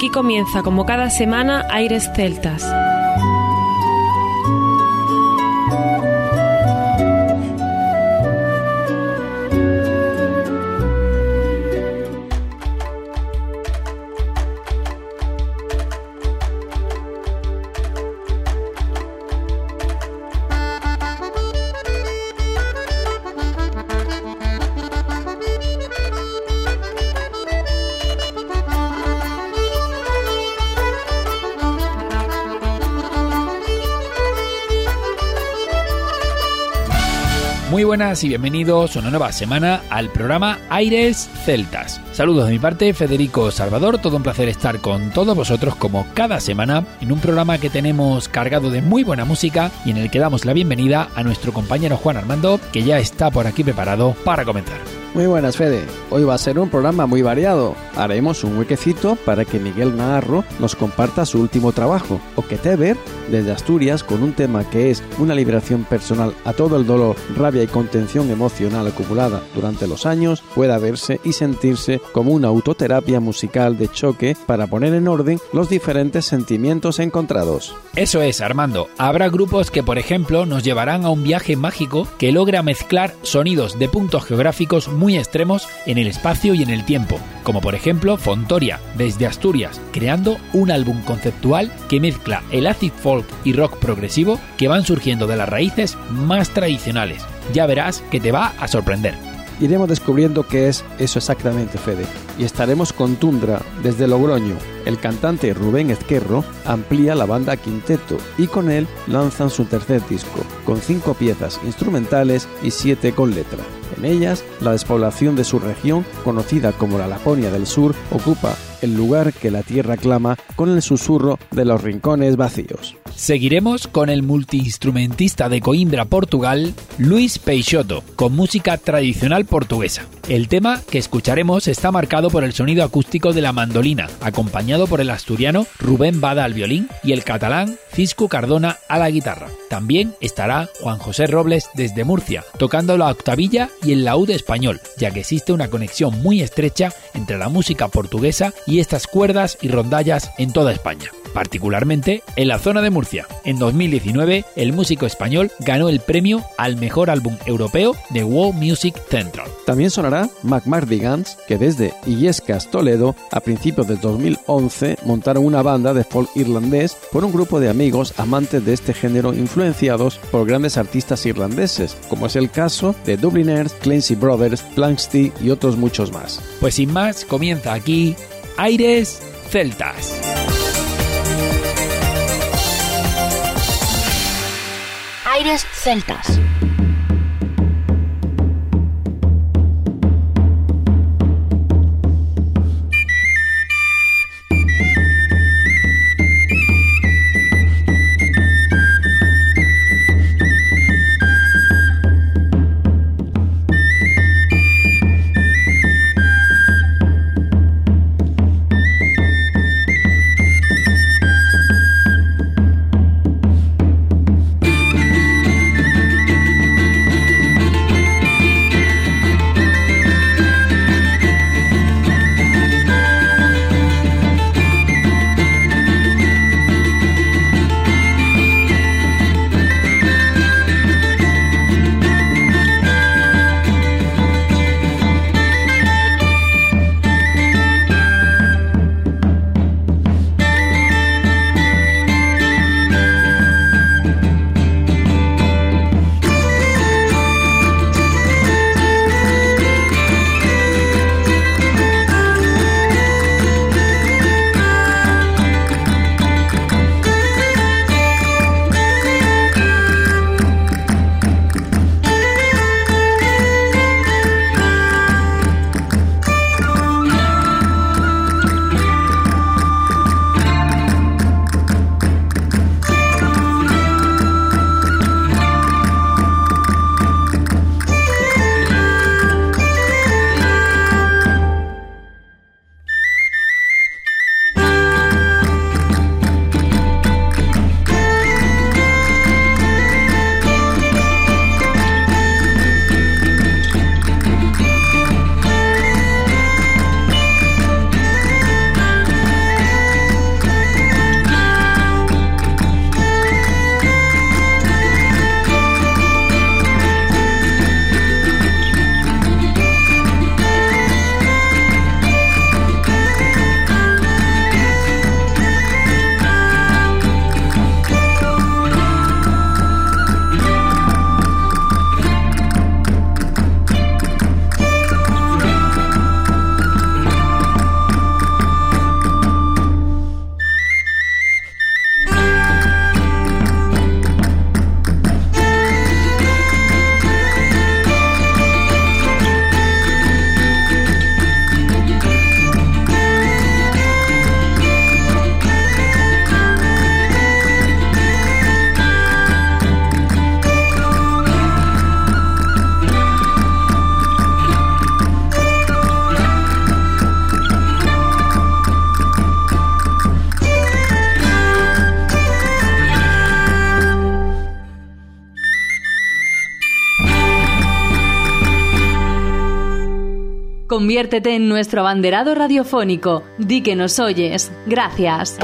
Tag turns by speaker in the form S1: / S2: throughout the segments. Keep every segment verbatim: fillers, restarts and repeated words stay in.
S1: Aquí comienza, como cada semana, Aires Celtas.
S2: Muy buenas y bienvenidos una nueva semana al programa Aires Celtas. Saludos de mi parte, Federico Salvador, todo un placer estar con todos vosotros como cada semana en un programa que tenemos cargado de muy buena música y en el que damos la bienvenida a nuestro compañero Juan Armando, que ya está por aquí preparado para comenzar.
S3: Muy buenas, Fede. Hoy va a ser un programa muy variado. Haremos un huequecito para que Miguel Naharro nos comparta su último trabajo, O que te ver, desde Asturias, con un tema que es una liberación personal a todo el dolor, rabia y contención emocional acumulada durante los años, pueda verse y sentirse como una autoterapia musical de choque para poner en orden los diferentes sentimientos encontrados.
S2: Eso es, Armando. Habrá grupos que, por ejemplo, nos llevarán a un viaje mágico que logra mezclar sonidos de puntos geográficos muy muy extremos en el espacio y en el tiempo, como por ejemplo Fontoria, desde Asturias, creando un álbum conceptual que mezcla el acid folk y rock progresivo que van surgiendo de las raíces más tradicionales. Ya verás que te va a sorprender.
S3: Iremos descubriendo qué es eso exactamente, Fede, y estaremos con Tundra, desde Logroño. El cantante Rubén Ezquerro amplía la banda Quinteto y con él lanzan su tercer disco, con cinco piezas instrumentales y siete con letra. En ellas, la despoblación de su región, conocida como la Laponia del Sur, ocupa el lugar que la tierra clama con el susurro de los rincones vacíos.
S2: Seguiremos con el multiinstrumentista de Coimbra, Portugal, Luís Peixoto, con música tradicional portuguesa. El tema que escucharemos está marcado por el sonido acústico de la mandolina, acompañado por el asturiano Rubén Bada al violín y el catalán Cisco Cardona a la guitarra. También estará Juan José Robles desde Murcia, tocando la octavilla y el laúd español, ya que existe una conexión muy estrecha entre la música portuguesa y estas cuerdas y rondallas en toda España, particularmente en la zona de Murcia. En dos mil diecinueve, el músico español ganó el premio al mejor álbum europeo de World Music Central.
S3: También sonará McMardigans, que desde Illescas, Toledo, a principios de dos mil once montaron una banda de folk irlandés por un grupo de amigos amantes de este género influenciados por grandes artistas irlandeses, como es el caso de Dubliners, Clancy Brothers, Planxty y otros muchos más.
S2: Pues sin más, comienza aquí Aires Celtas.
S4: Aires Celtas.
S5: Conviértete en nuestro abanderado radiofónico. Di que nos oyes. Gracias.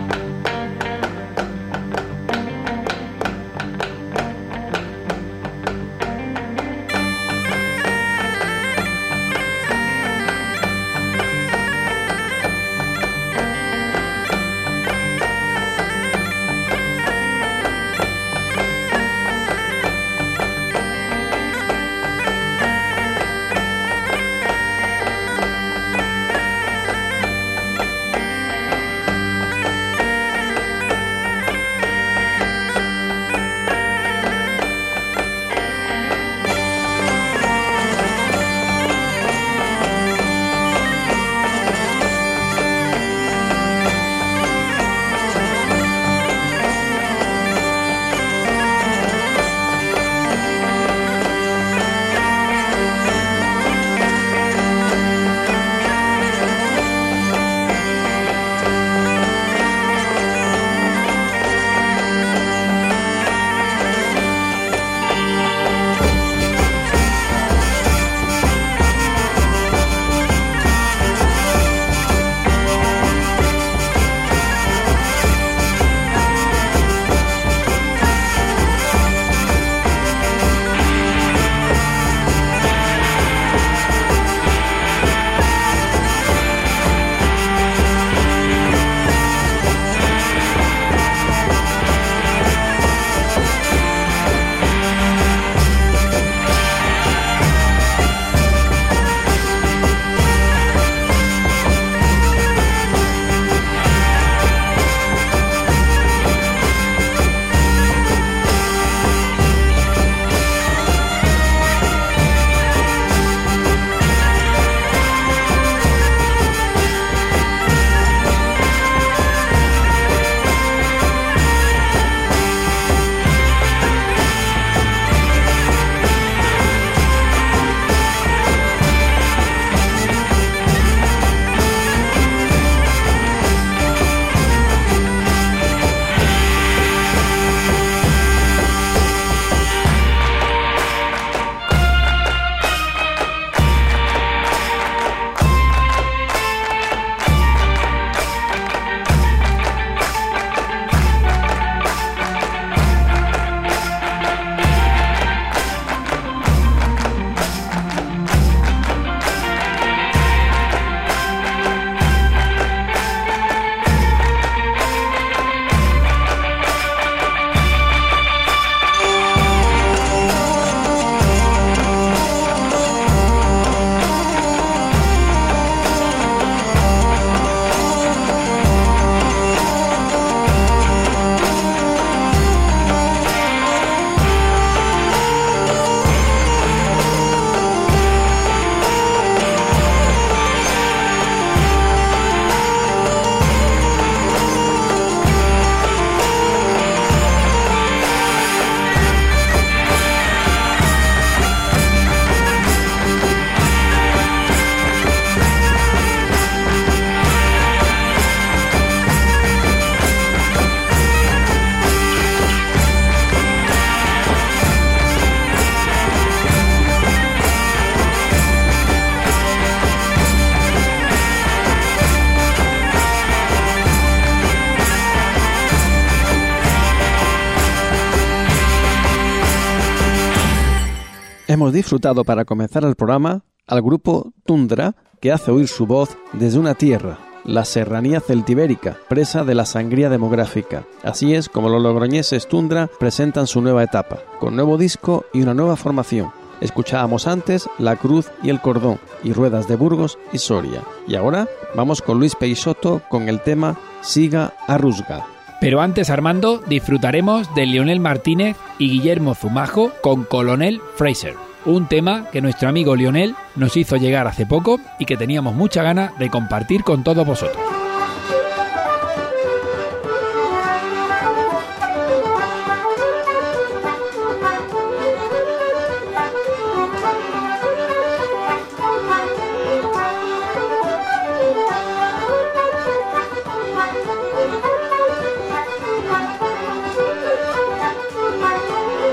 S3: Hemos disfrutado para comenzar el programa al grupo Tundra, que hace oír su voz desde una tierra, la serranía celtibérica, presa de la sangría demográfica. Así es como los logroñeses Tundra presentan su nueva etapa, con nuevo disco y una nueva formación. Escuchábamos antes La Cruz y el Cordón y Ruedas de Burgos y Soria. Y ahora vamos con Luis Peixoto con el tema Siga a Rusga.
S2: Pero antes, Armando, disfrutaremos de Lionel Martínez y Guillermo Zumajo con Colonel Fraser, un tema que nuestro amigo Lionel nos hizo llegar hace poco y que teníamos mucha ganas de compartir con todos vosotros.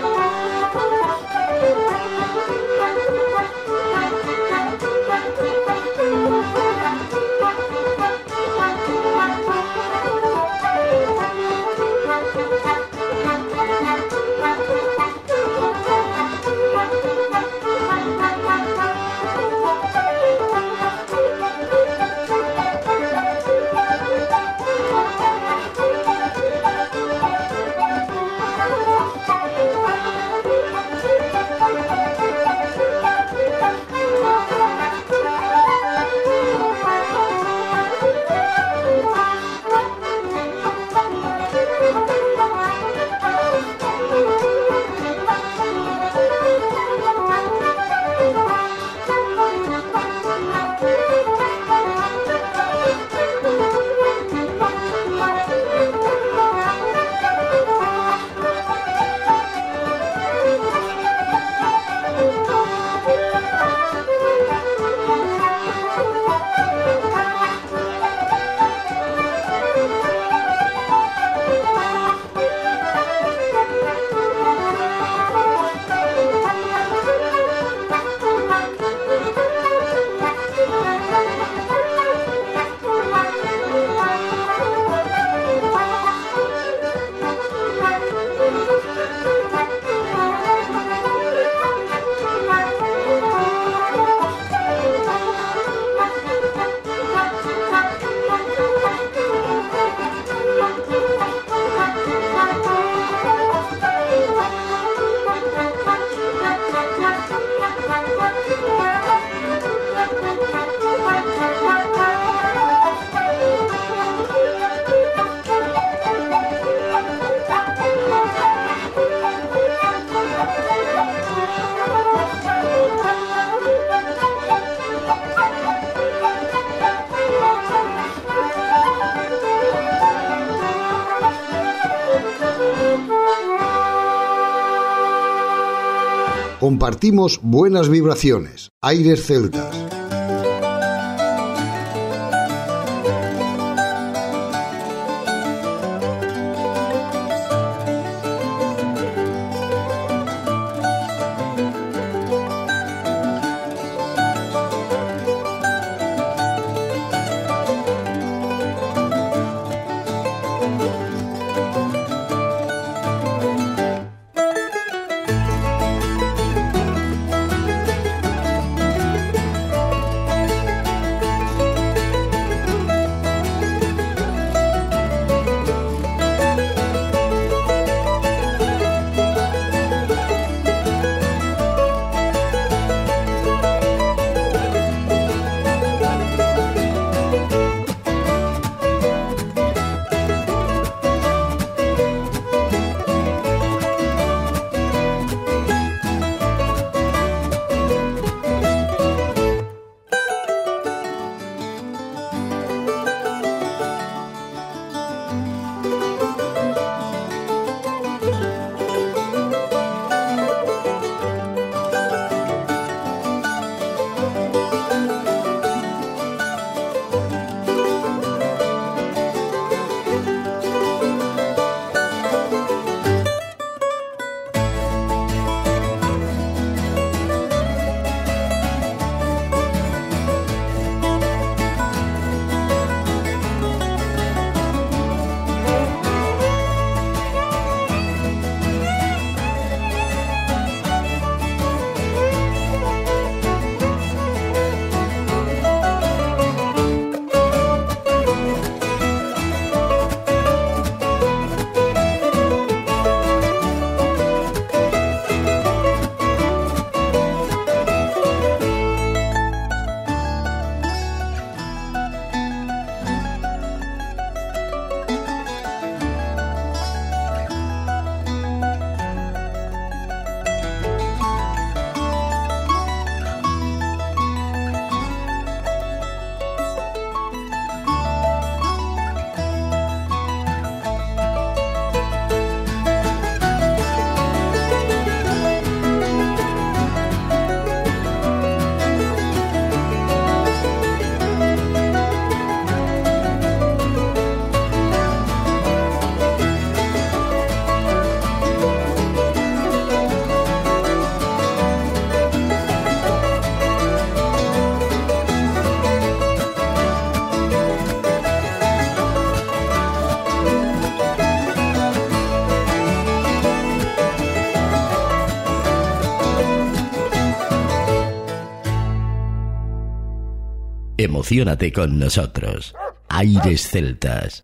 S6: Thank you. Compartimos buenas vibraciones. Aires celtas.
S7: Emociónate con nosotros. Aires celtas.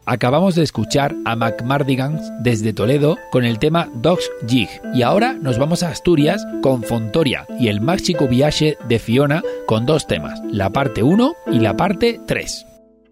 S2: Acabamos de escuchar a McMardigans desde Toledo con el tema Dogs Jig y ahora nos vamos a Asturias con Fontoria y el Máxico Viaje de Fiona con dos temas, la parte uno y la parte tres.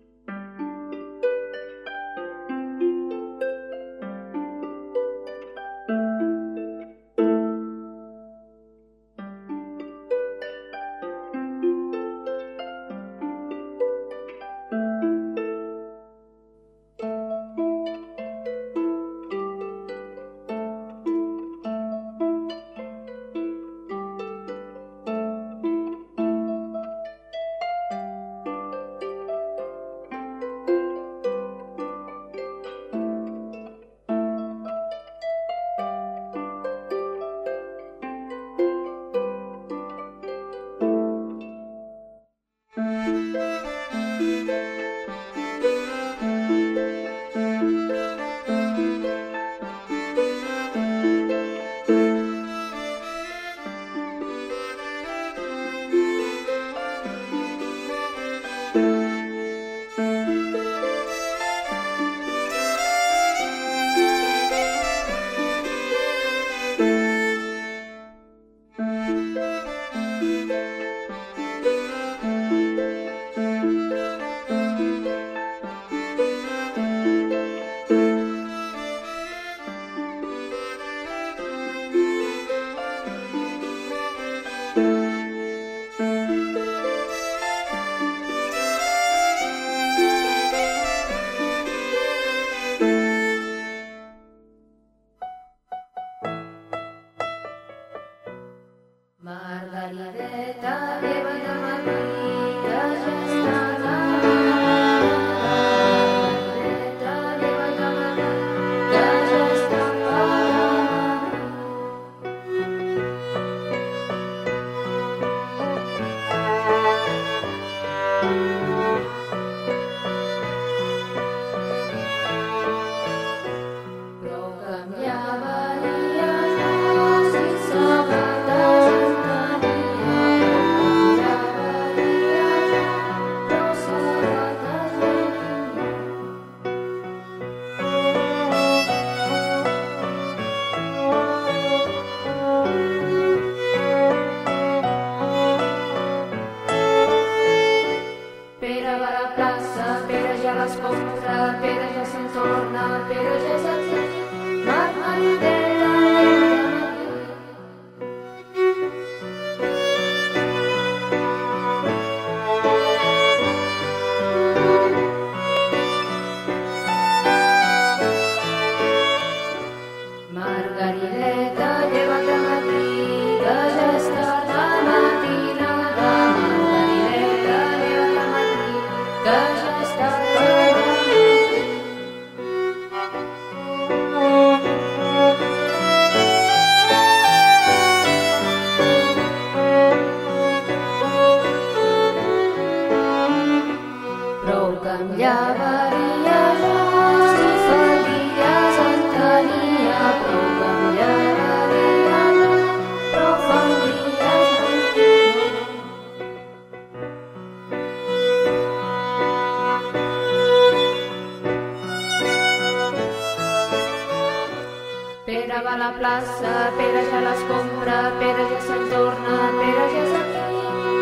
S8: Pere va a la plaça, Pere ja les compra, Pere ja se'n torna, Pere ja és aquí,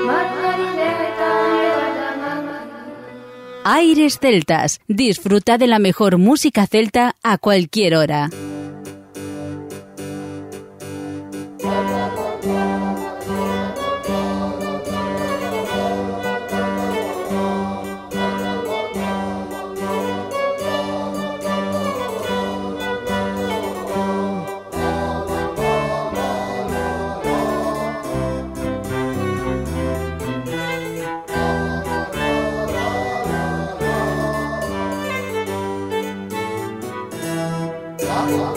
S8: Margarideta era de mamà.
S5: Aires Celtas. Disfruta de la mejor música celta a cualquier hora.
S6: Bye.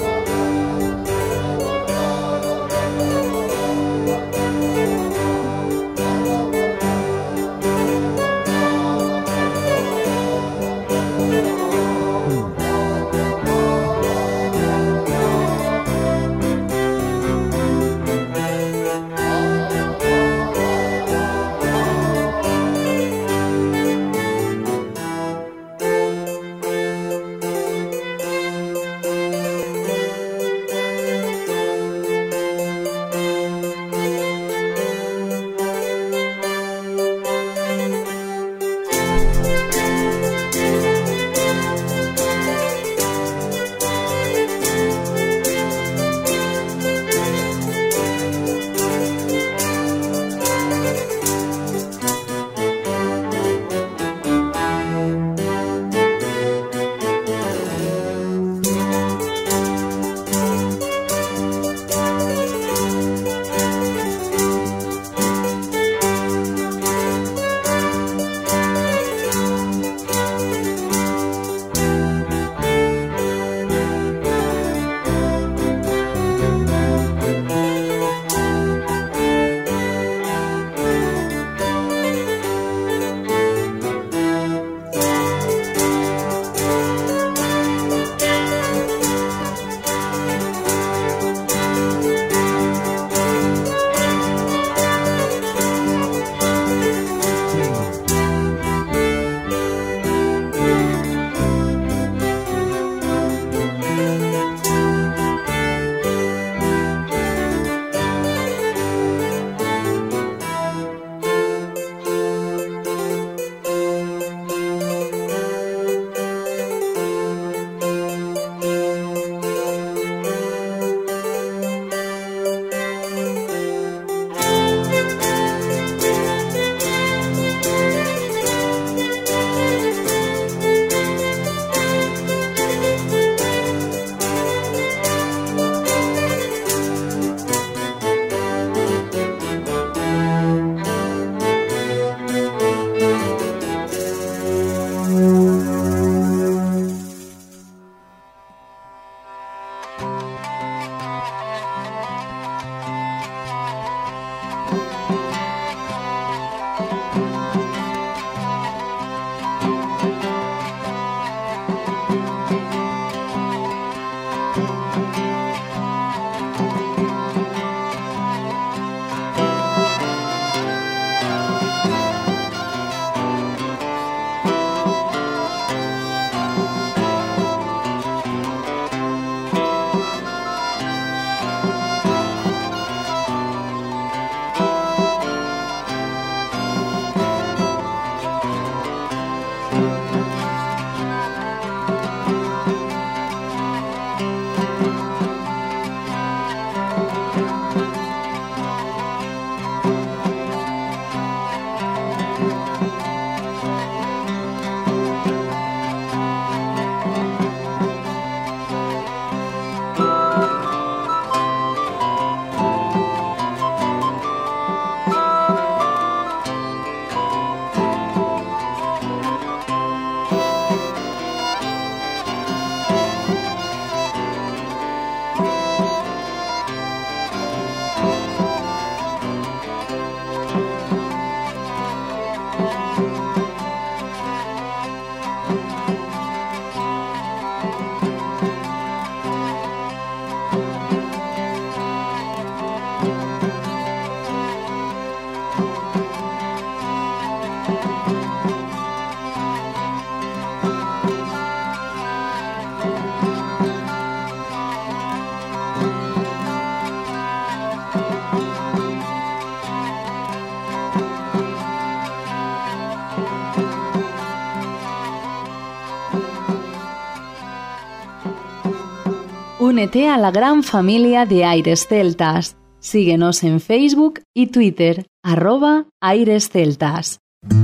S9: Únete a la gran familia de Aires Celtas. Síguenos en Facebook y Twitter, arroba Aires Celtas.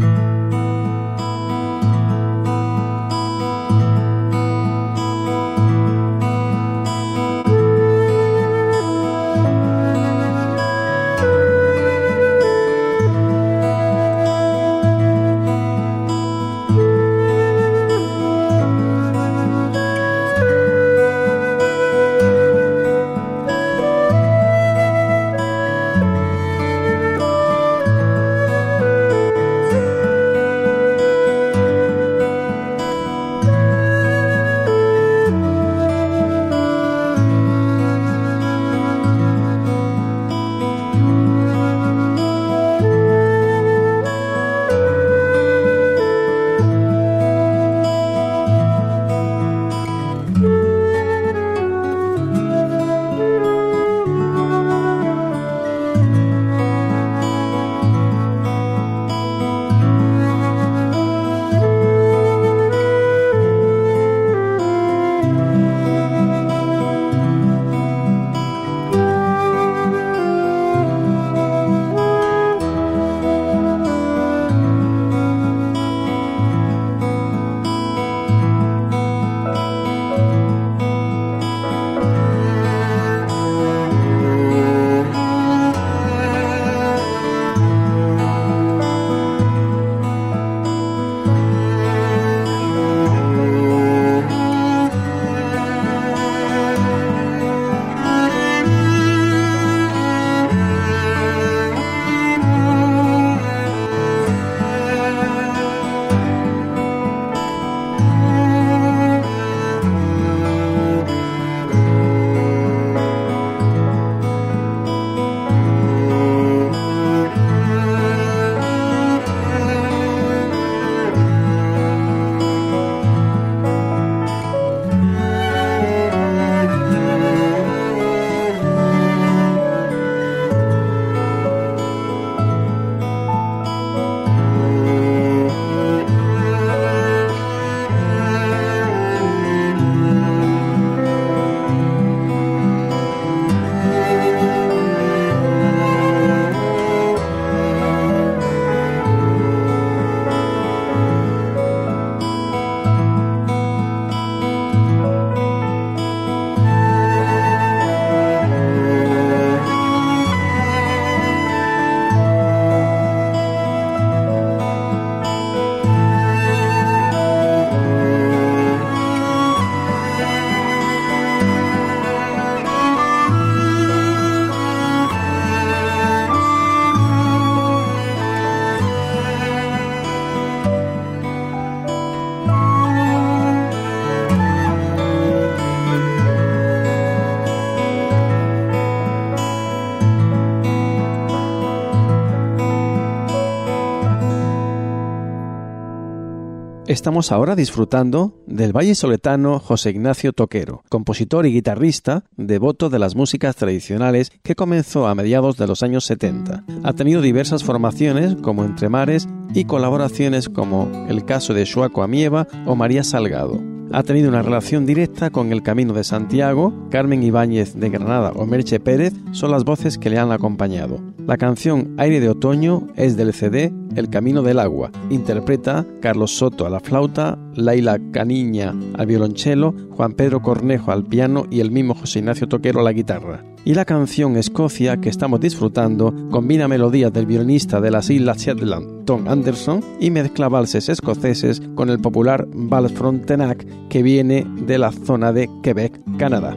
S3: Estamos ahora disfrutando del vallisoletano José Ignacio Toquero, compositor y guitarrista devoto de las músicas tradicionales que comenzó a mediados de los años setenta. Ha tenido diversas formaciones como Entre Mares y colaboraciones como el caso de Xoaco Amieva o María Salgado. Ha tenido una relación directa con El Camino de Santiago, Carmen Ibáñez de Granada o Merche Pérez son las voces que le han acompañado. La canción Aire de Otoño es del C D El Camino del Agua. Interpreta Carlos Soto a la flauta, Laila Caniña al violonchelo, Juan Pedro Cornejo al piano y el mismo José Ignacio Toquero a la guitarra. Y la canción Escocia que estamos disfrutando combina melodías del violinista de las Islas Shetland, Tom Anderson, y mezcla valses escoceses con el popular Vals Frontenac que viene de la zona de Quebec, Canadá.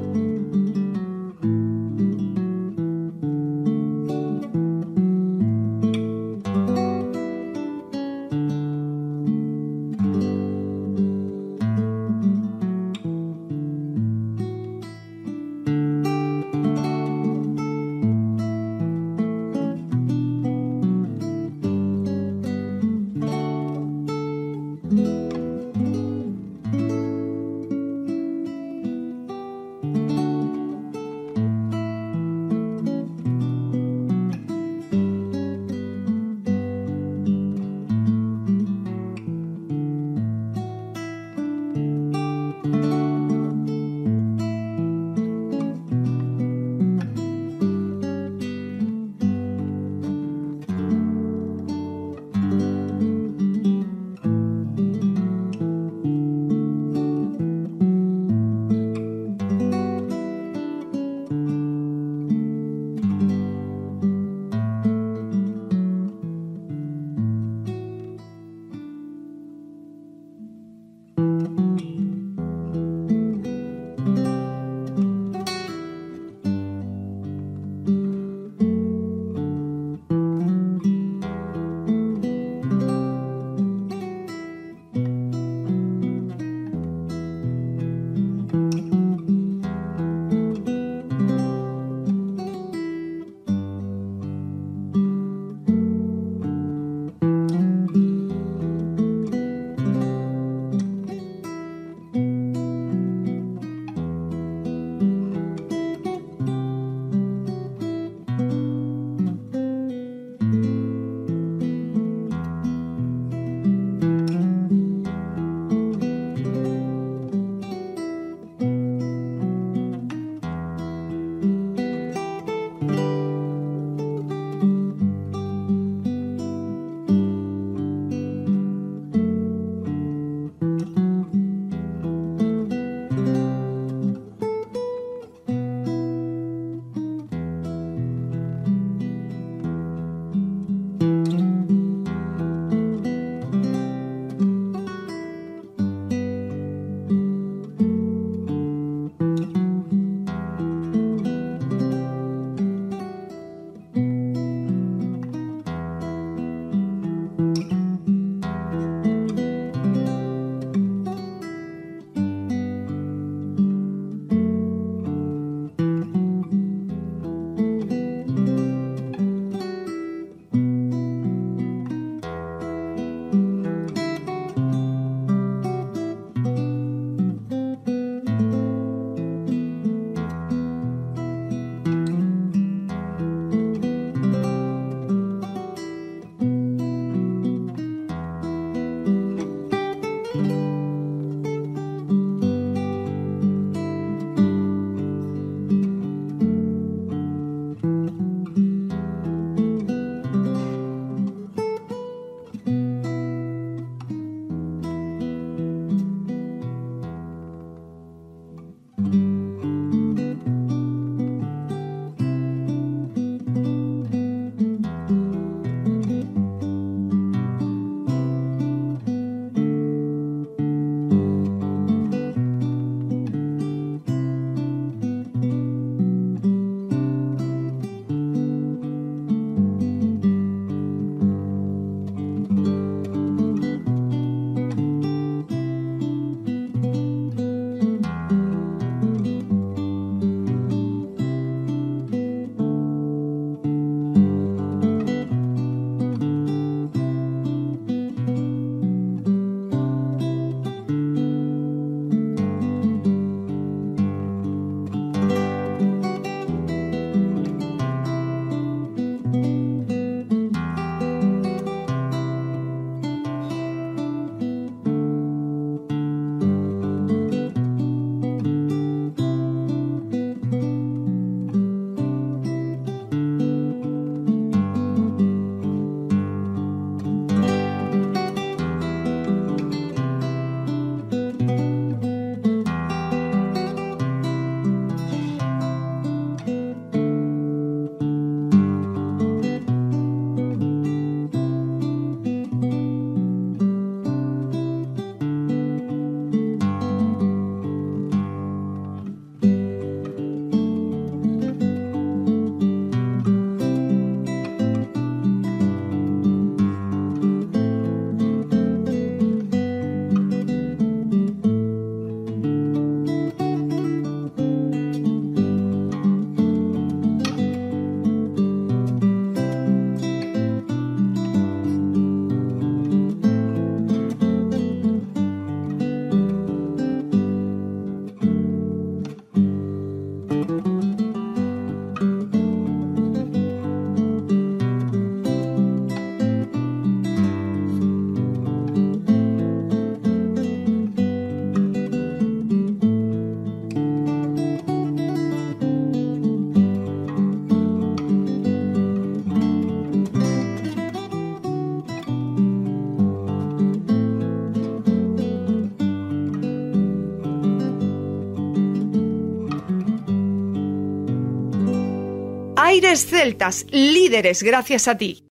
S10: Aires Celtas, líderes gracias a ti.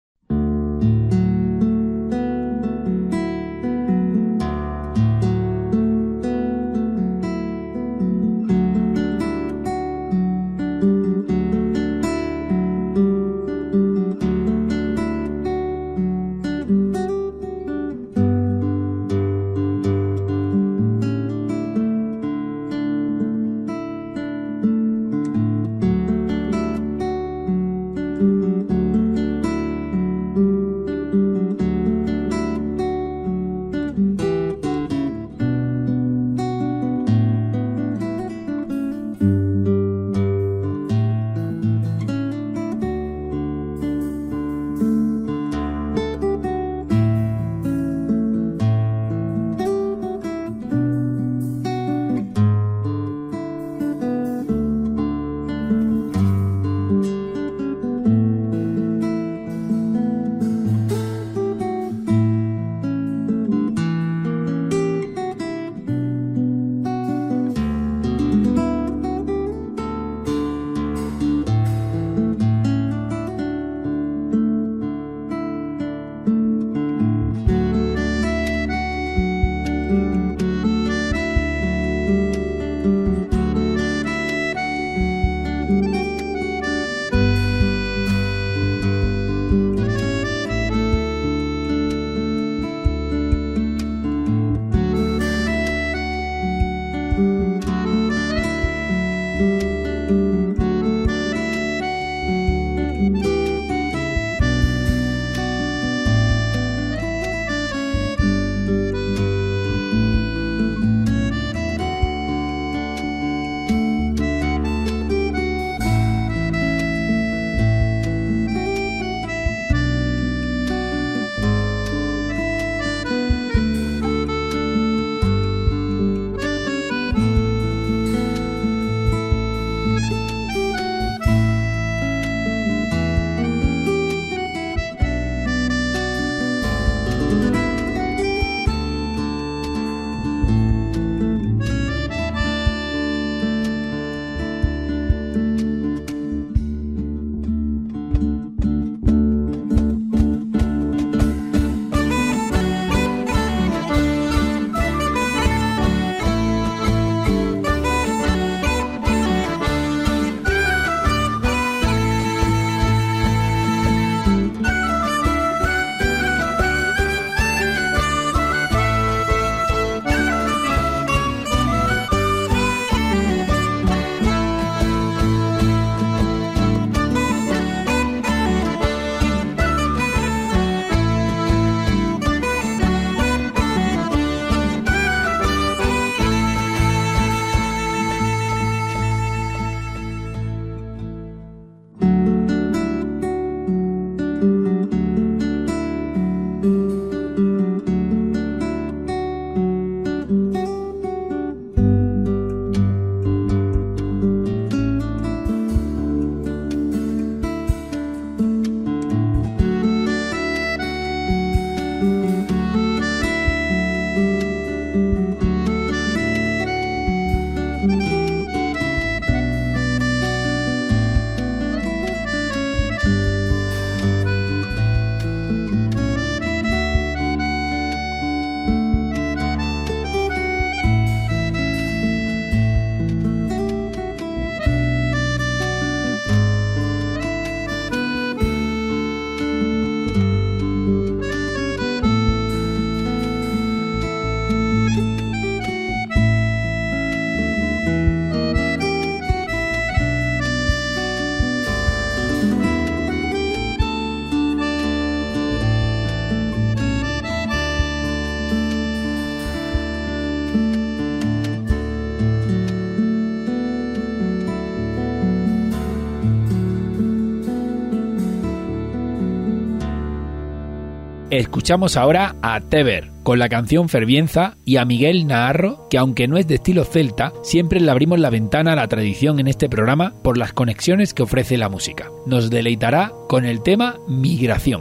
S2: Escuchamos ahora a Teber con la canción Fervienza y a Miguel Naharro, que aunque no es de estilo celta, siempre le abrimos la ventana a la tradición en este programa por las conexiones que ofrece la música. Nos deleitará con el tema Migración.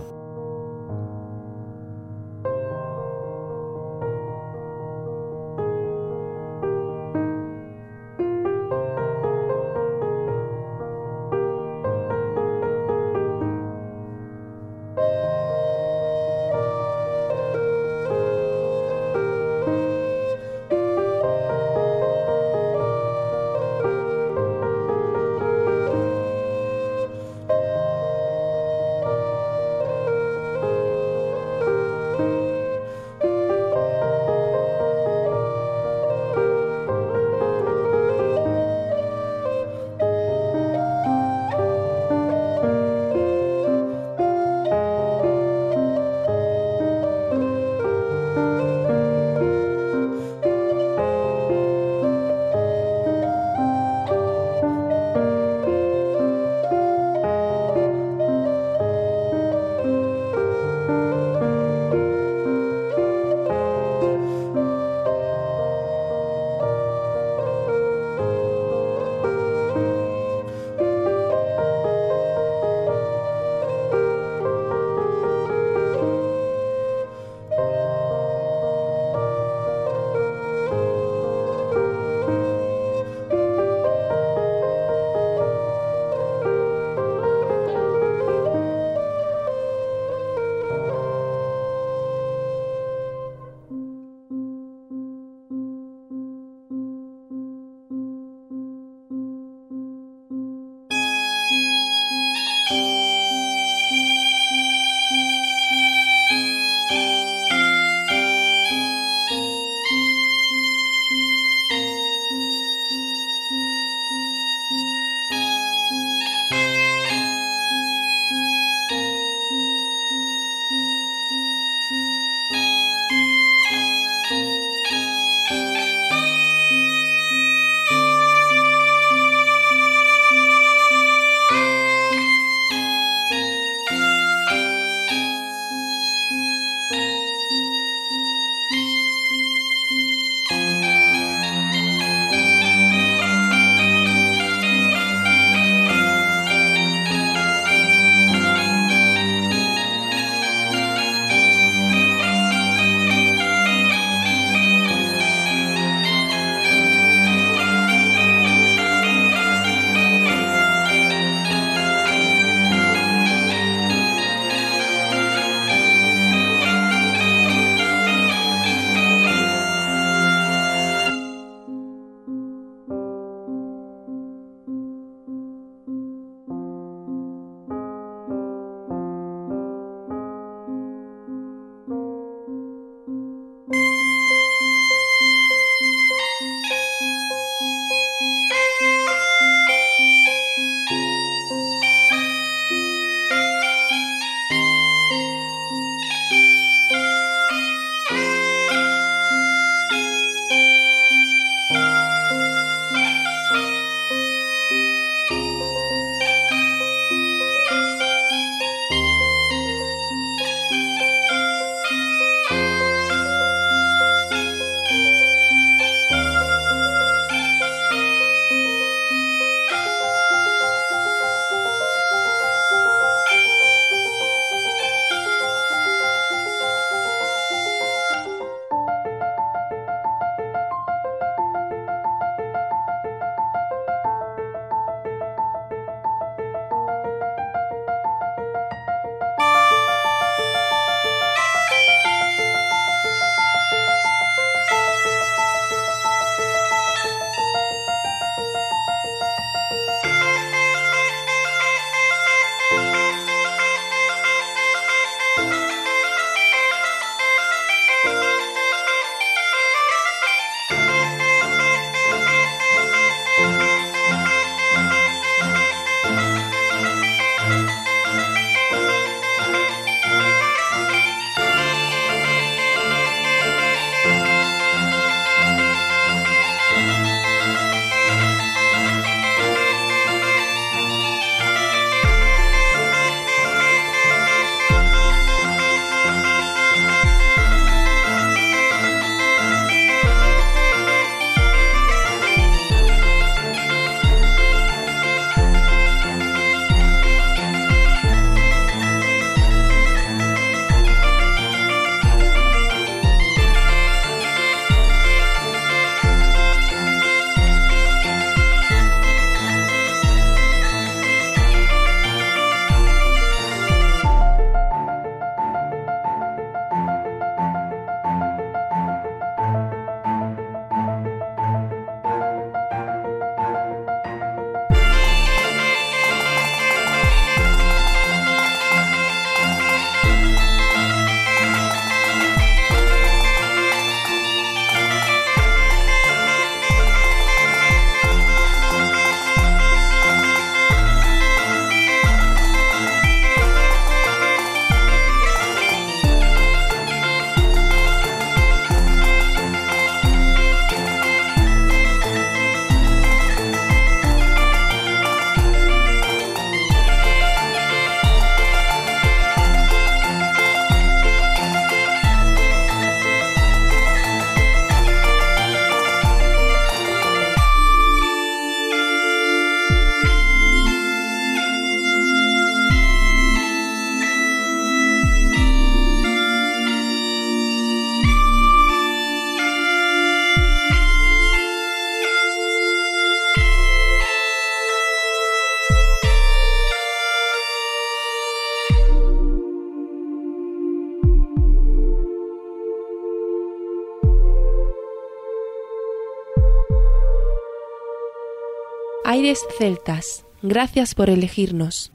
S1: Aires celtas, gracias por elegirnos.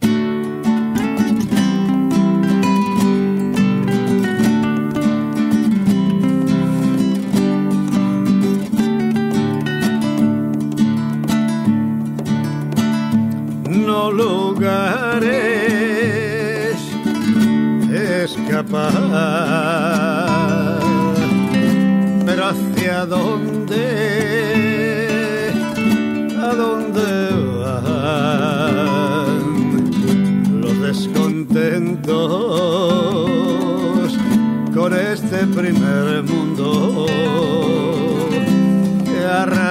S11: No lugares escapar, pero hacia dónde, a dónde van los descontentos con este primer mundo que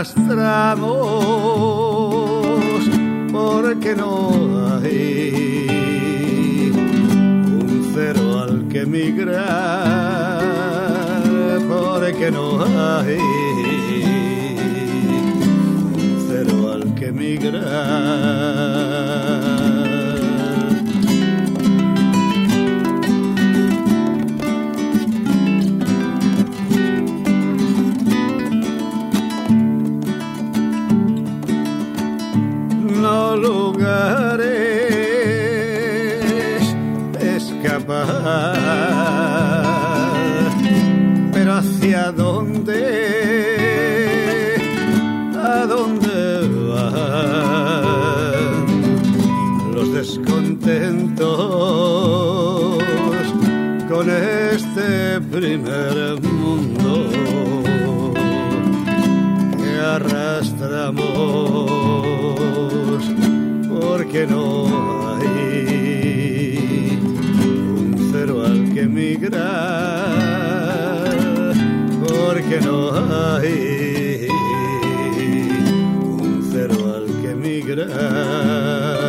S11: arrastramos, porque no hay un cero al que migrar, porque no hay un cero al que migrar. No lugares escapar, pero hacia dónde, a dónde van los descontentos con este primer mundo que arrastramos, porque no hay un cero al que migrar, porque no hay un cero al que migrar.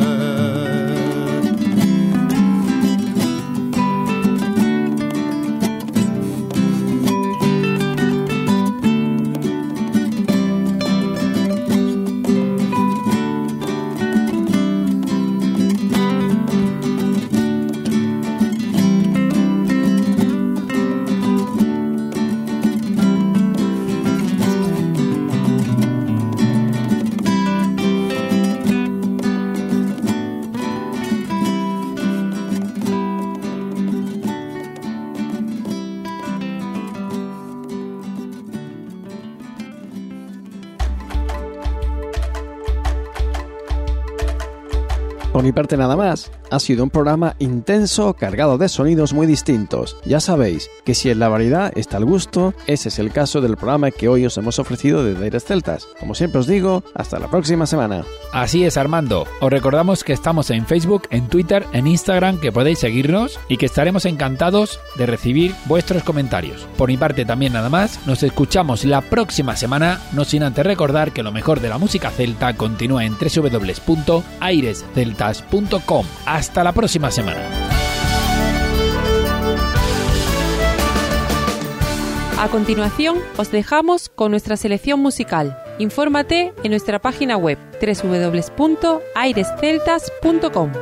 S3: Por mi parte nada más. Ha sido un programa intenso, cargado de sonidos muy distintos. Ya sabéis que si en la variedad está el gusto, ese es el caso del programa que hoy os hemos ofrecido de Aires Celtas. Como siempre os digo, hasta la próxima semana.
S2: Así es, Armando. Os recordamos que estamos en Facebook, en Twitter, en Instagram, que podéis seguirnos y que estaremos encantados de recibir vuestros comentarios. Por mi parte también nada más. Nos escuchamos la próxima semana, no sin antes recordar que lo mejor de la música celta continúa en doble u doble u doble u punto aires celtas punto com. Hasta la próxima semana.
S1: A continuación, os dejamos con nuestra selección musical. Infórmate en nuestra página web doble u doble u doble u punto aires celtas punto com.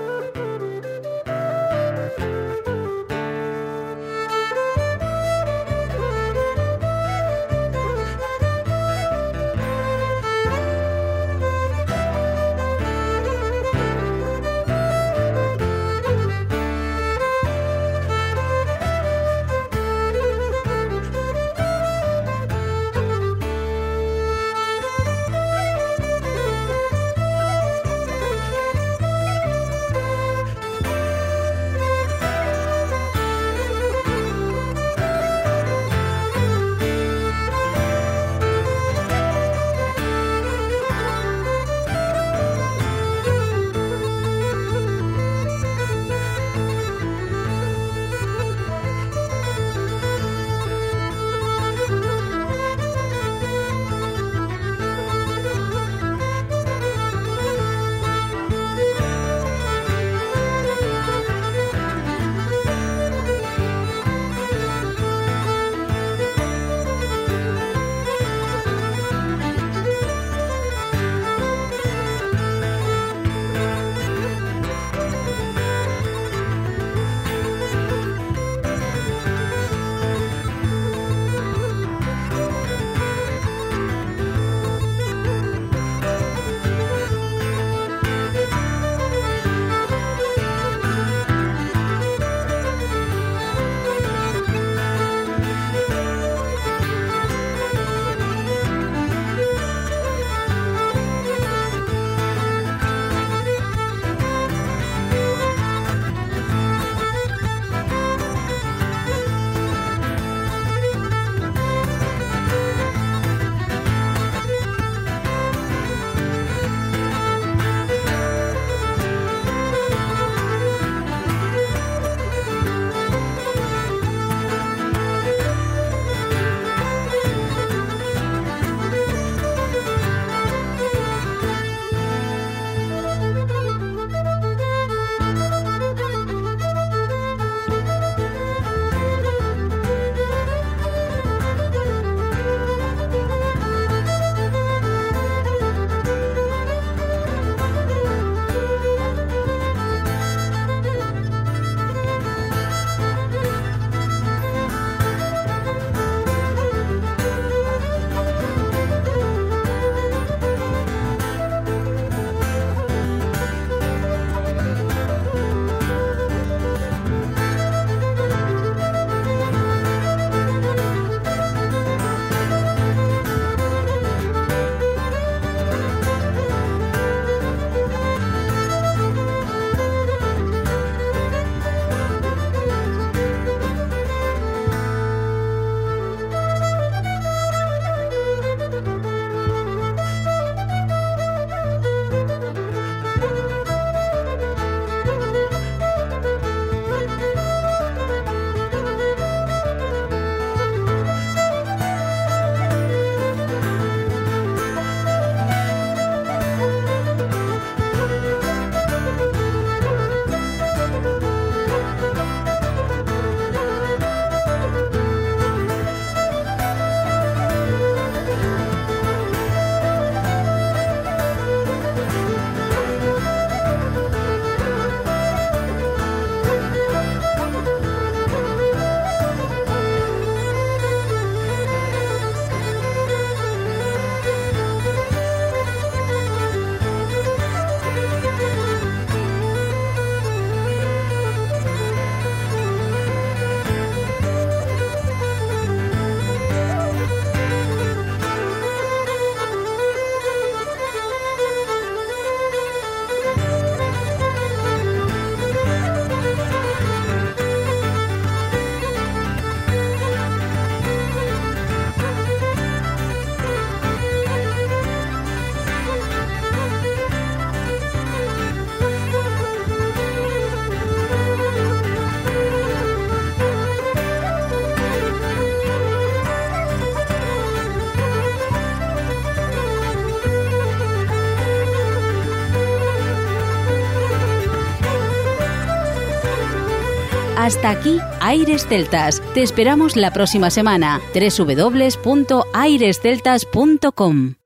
S5: Hasta aquí Aires Celtas. Te esperamos la próxima semana. doble u doble u doble u punto aires celtas punto com